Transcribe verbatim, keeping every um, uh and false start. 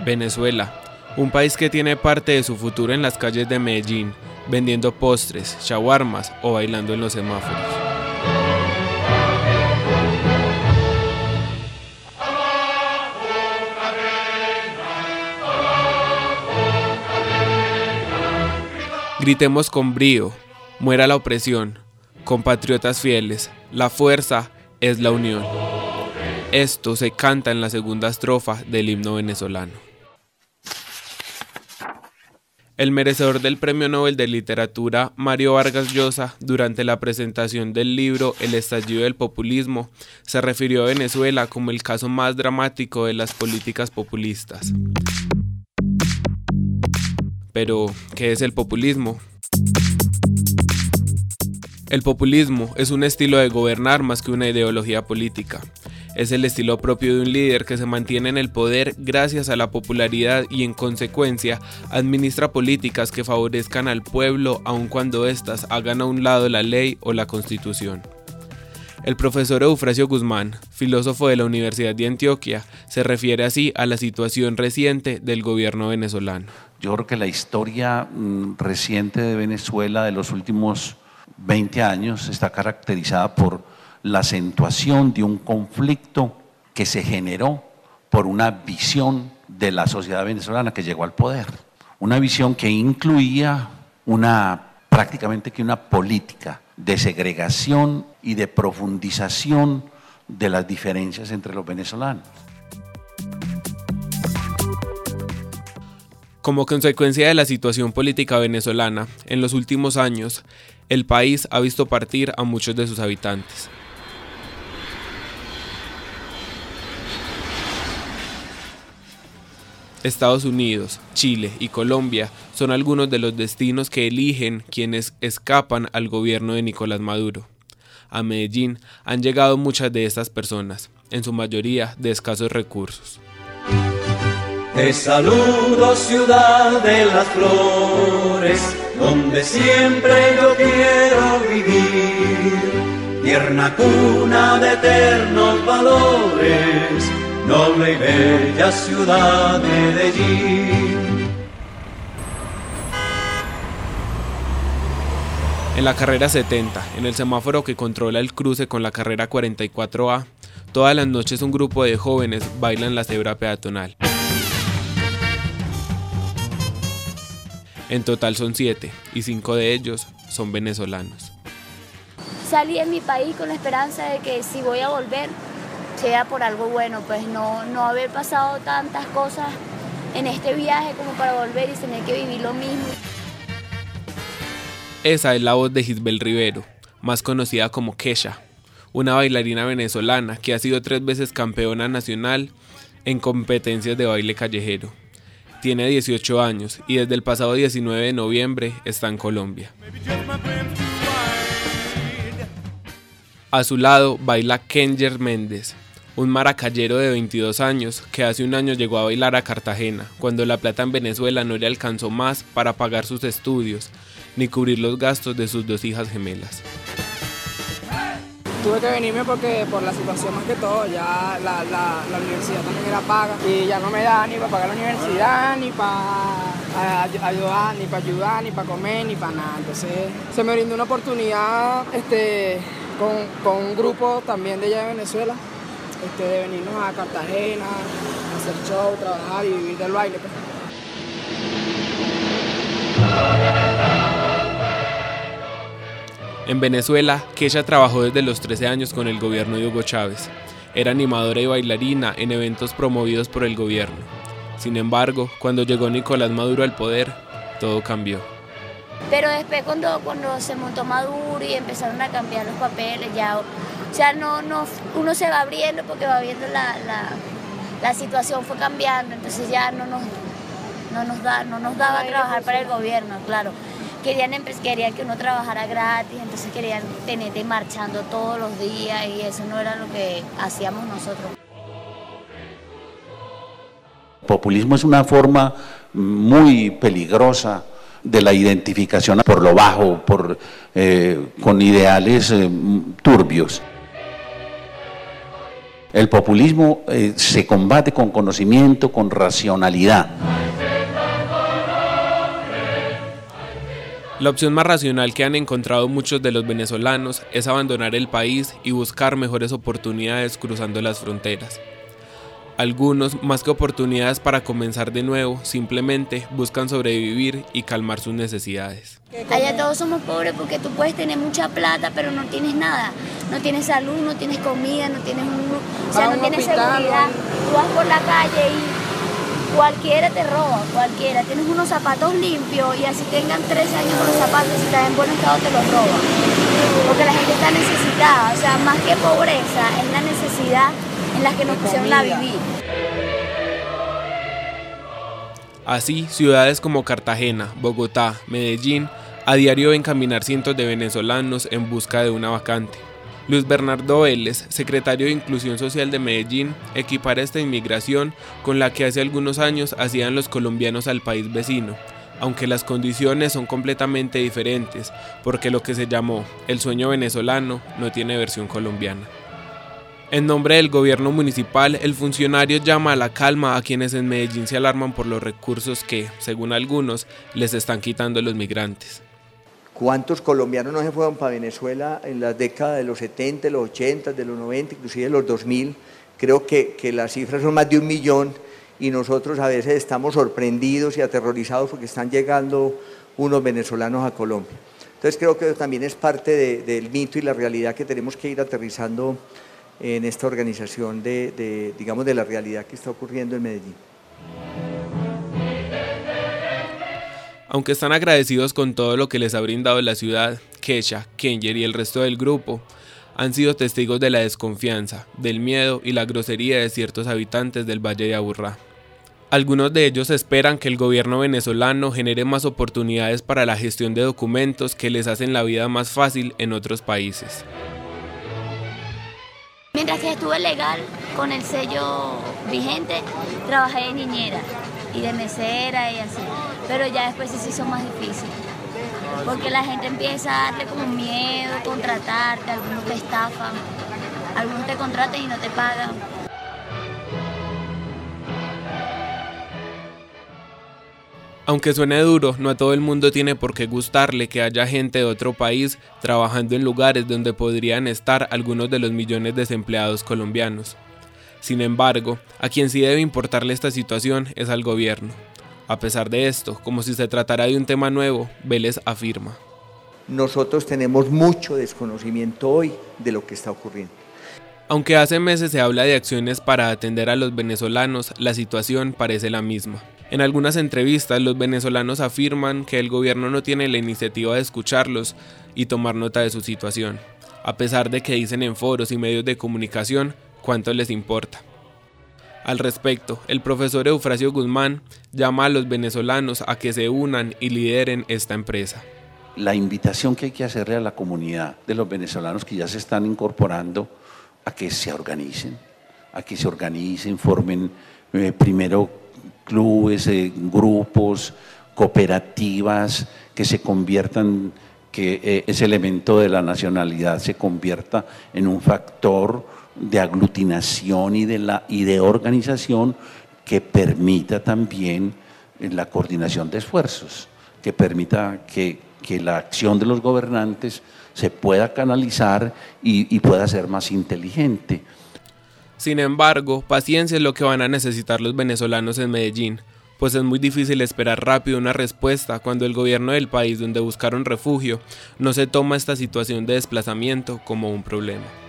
Venezuela, un país que tiene parte de su futuro en las calles de Medellín, vendiendo postres, shawarmas o bailando en los semáforos. Gritemos con brío, muera la opresión, compatriotas fieles, la fuerza es la unión. Esto se canta en la segunda estrofa del himno venezolano. El merecedor del Premio Nobel de Literatura, Mario Vargas Llosa, durante la presentación del libro El estallido del populismo, se refirió a Venezuela como el caso más dramático de las políticas populistas. Pero, ¿qué es el populismo? El populismo es un estilo de gobernar más que una ideología política. Es el estilo propio de un líder que se mantiene en el poder gracias a la popularidad y en consecuencia administra políticas que favorezcan al pueblo aun cuando éstas hagan a un lado la ley o la constitución. El profesor Eufrasio Guzmán, filósofo de la Universidad de Antioquia, se refiere así a la situación reciente del gobierno venezolano. Yo creo que la historia mm, reciente de Venezuela de los últimos veinte años está caracterizada por la acentuación de un conflicto que se generó por una visión de la sociedad venezolana que llegó al poder. Una visión que incluía una, prácticamente que una política de segregación y de profundización de las diferencias entre los venezolanos. Como consecuencia de la situación política venezolana, en los últimos años, el país ha visto partir a muchos de sus habitantes. Estados Unidos, Chile y Colombia son algunos de los destinos que eligen quienes escapan al gobierno de Nicolás Maduro. A Medellín han llegado muchas de estas personas, en su mayoría de escasos recursos. Te saludo, ciudad de las flores, donde siempre yo quiero vivir, tierna cuna de eternos valores, noble y bella ciudad de Medellín. En la carrera setenta, en el semáforo que controla el cruce con la carrera cuarenta y cuatro A, todas las noches un grupo de jóvenes bailan la cebra peatonal. En total son siete, y cinco de ellos son venezolanos. Salí de mi país con la esperanza de que si voy a volver, sea por algo bueno, pues no, no haber pasado tantas cosas en este viaje como para volver y tener que vivir lo mismo. Esa es la voz de Gisbel Rivero, más conocida como Kesha, una bailarina venezolana que ha sido tres veces campeona nacional en competencias de baile callejero. Tiene dieciocho años y desde el pasado diecinueve de noviembre está en Colombia. A su lado baila Kenger Méndez, un maracayero de veintidós años que hace un año llegó a bailar a Cartagena, cuando la plata en Venezuela no le alcanzó más para pagar sus estudios, ni cubrir los gastos de sus dos hijas gemelas. Tuve que venirme porque por la situación más que todo, ya la, la, la universidad también era paga y ya no me da ni para pagar la universidad, ni para ayudar, ni para ayudar, ni para comer, ni para nada. Entonces se me brindó una oportunidad este, con, con un grupo también de allá de Venezuela, este, de venirnos a Cartagena, a hacer show, trabajar y vivir del baile. Pues. En Venezuela, Kesha trabajó desde los trece años con el gobierno de Hugo Chávez. Era animadora y bailarina en eventos promovidos por el gobierno. Sin embargo, cuando llegó Nicolás Maduro al poder, todo cambió. Pero después cuando, cuando se montó Maduro y empezaron a cambiar los papeles, ya, o sea, no, no, uno se va abriendo porque va viendo la, la, la situación fue cambiando, entonces ya no nos, no nos, da, no nos daba a trabajar para el gobierno, claro. Querían, querían que uno trabajara gratis, entonces querían tenerte marchando todos los días y eso no era lo que hacíamos nosotros. El populismo es una forma muy peligrosa de la identificación por lo bajo, por, eh, con ideales eh, turbios. El populismo eh, se combate con conocimiento, con racionalidad. La opción más racional que han encontrado muchos de los venezolanos es abandonar el país y buscar mejores oportunidades cruzando las fronteras. Algunos, más que oportunidades para comenzar de nuevo, simplemente buscan sobrevivir y calmar sus necesidades. Allá todos somos pobres porque tú puedes tener mucha plata, pero no tienes nada. No tienes salud, no tienes comida, no tienes, un, o sea, no tienes seguridad. Tú vas por la calle y cualquiera te roba, cualquiera. Tienes unos zapatos limpios y así tengan tres años con los zapatos, si estás en buen estado te los roban. Porque la gente está necesitada, o sea, más que pobreza, es la necesidad en la que nos pusieron a vivir. Así, ciudades como Cartagena, Bogotá, Medellín, a diario ven caminar cientos de venezolanos en busca de una vacante. Luis Bernardo Vélez, secretario de Inclusión Social de Medellín, equipara esta inmigración con la que hace algunos años hacían los colombianos al país vecino, aunque las condiciones son completamente diferentes, porque lo que se llamó el sueño venezolano no tiene versión colombiana. En nombre del gobierno municipal, el funcionario llama a la calma a quienes en Medellín se alarman por los recursos que, según algunos, les están quitando los migrantes. ¿Cuántos colombianos no se fueron para Venezuela en las décadas de los setenta, de los ochenta, de los noventa, inclusive de los dos mil? Creo que, que las cifras son más de un millón y nosotros a veces estamos sorprendidos y aterrorizados porque están llegando unos venezolanos a Colombia. Entonces creo que eso también es parte de, del mito y la realidad que tenemos que ir aterrizando en esta organización de, de, digamos, de la realidad que está ocurriendo en Medellín. Aunque están agradecidos con todo lo que les ha brindado la ciudad, Kesha, Kenger y el resto del grupo han sido testigos de la desconfianza, del miedo y la grosería de ciertos habitantes del Valle de Aburrá. Algunos de ellos esperan que el gobierno venezolano genere más oportunidades para la gestión de documentos que les hacen la vida más fácil en otros países. Mientras que estuve legal, con el sello vigente, trabajé de niñera y de mesera y así, pero ya después sí se hizo más difícil, porque la gente empieza a darle como miedo, contratarte, algunos te estafan, algunos te contratan y no te pagan. Aunque suene duro, no a todo el mundo tiene por qué gustarle que haya gente de otro país trabajando en lugares donde podrían estar algunos de los millones de desempleados colombianos. Sin embargo, a quien sí debe importarle esta situación es al gobierno. A pesar de esto, como si se tratara de un tema nuevo, Vélez afirma: nosotros tenemos mucho desconocimiento hoy de lo que está ocurriendo. Aunque hace meses se habla de acciones para atender a los venezolanos, la situación parece la misma. En algunas entrevistas, los venezolanos afirman que el gobierno no tiene la iniciativa de escucharlos y tomar nota de su situación, a pesar de que dicen en foros y medios de comunicación cuánto les importa. Al respecto, el profesor Eufrasio Guzmán llama a los venezolanos a que se unan y lideren esta empresa. La invitación que hay que hacerle a la comunidad de los venezolanos que ya se están incorporando a que se organicen, a que se organicen, formen eh, primero clubes, eh, grupos, cooperativas, que se conviertan, que eh, ese elemento de la nacionalidad se convierta en un factor de aglutinación y de, la, y de organización que permita también la coordinación de esfuerzos, que permita que, que la acción de los gobernantes se pueda canalizar y, y pueda ser más inteligente. Sin embargo, paciencia es lo que van a necesitar los venezolanos en Medellín, pues es muy difícil esperar rápido una respuesta cuando el gobierno del país donde buscaron refugio no se toma esta situación de desplazamiento como un problema.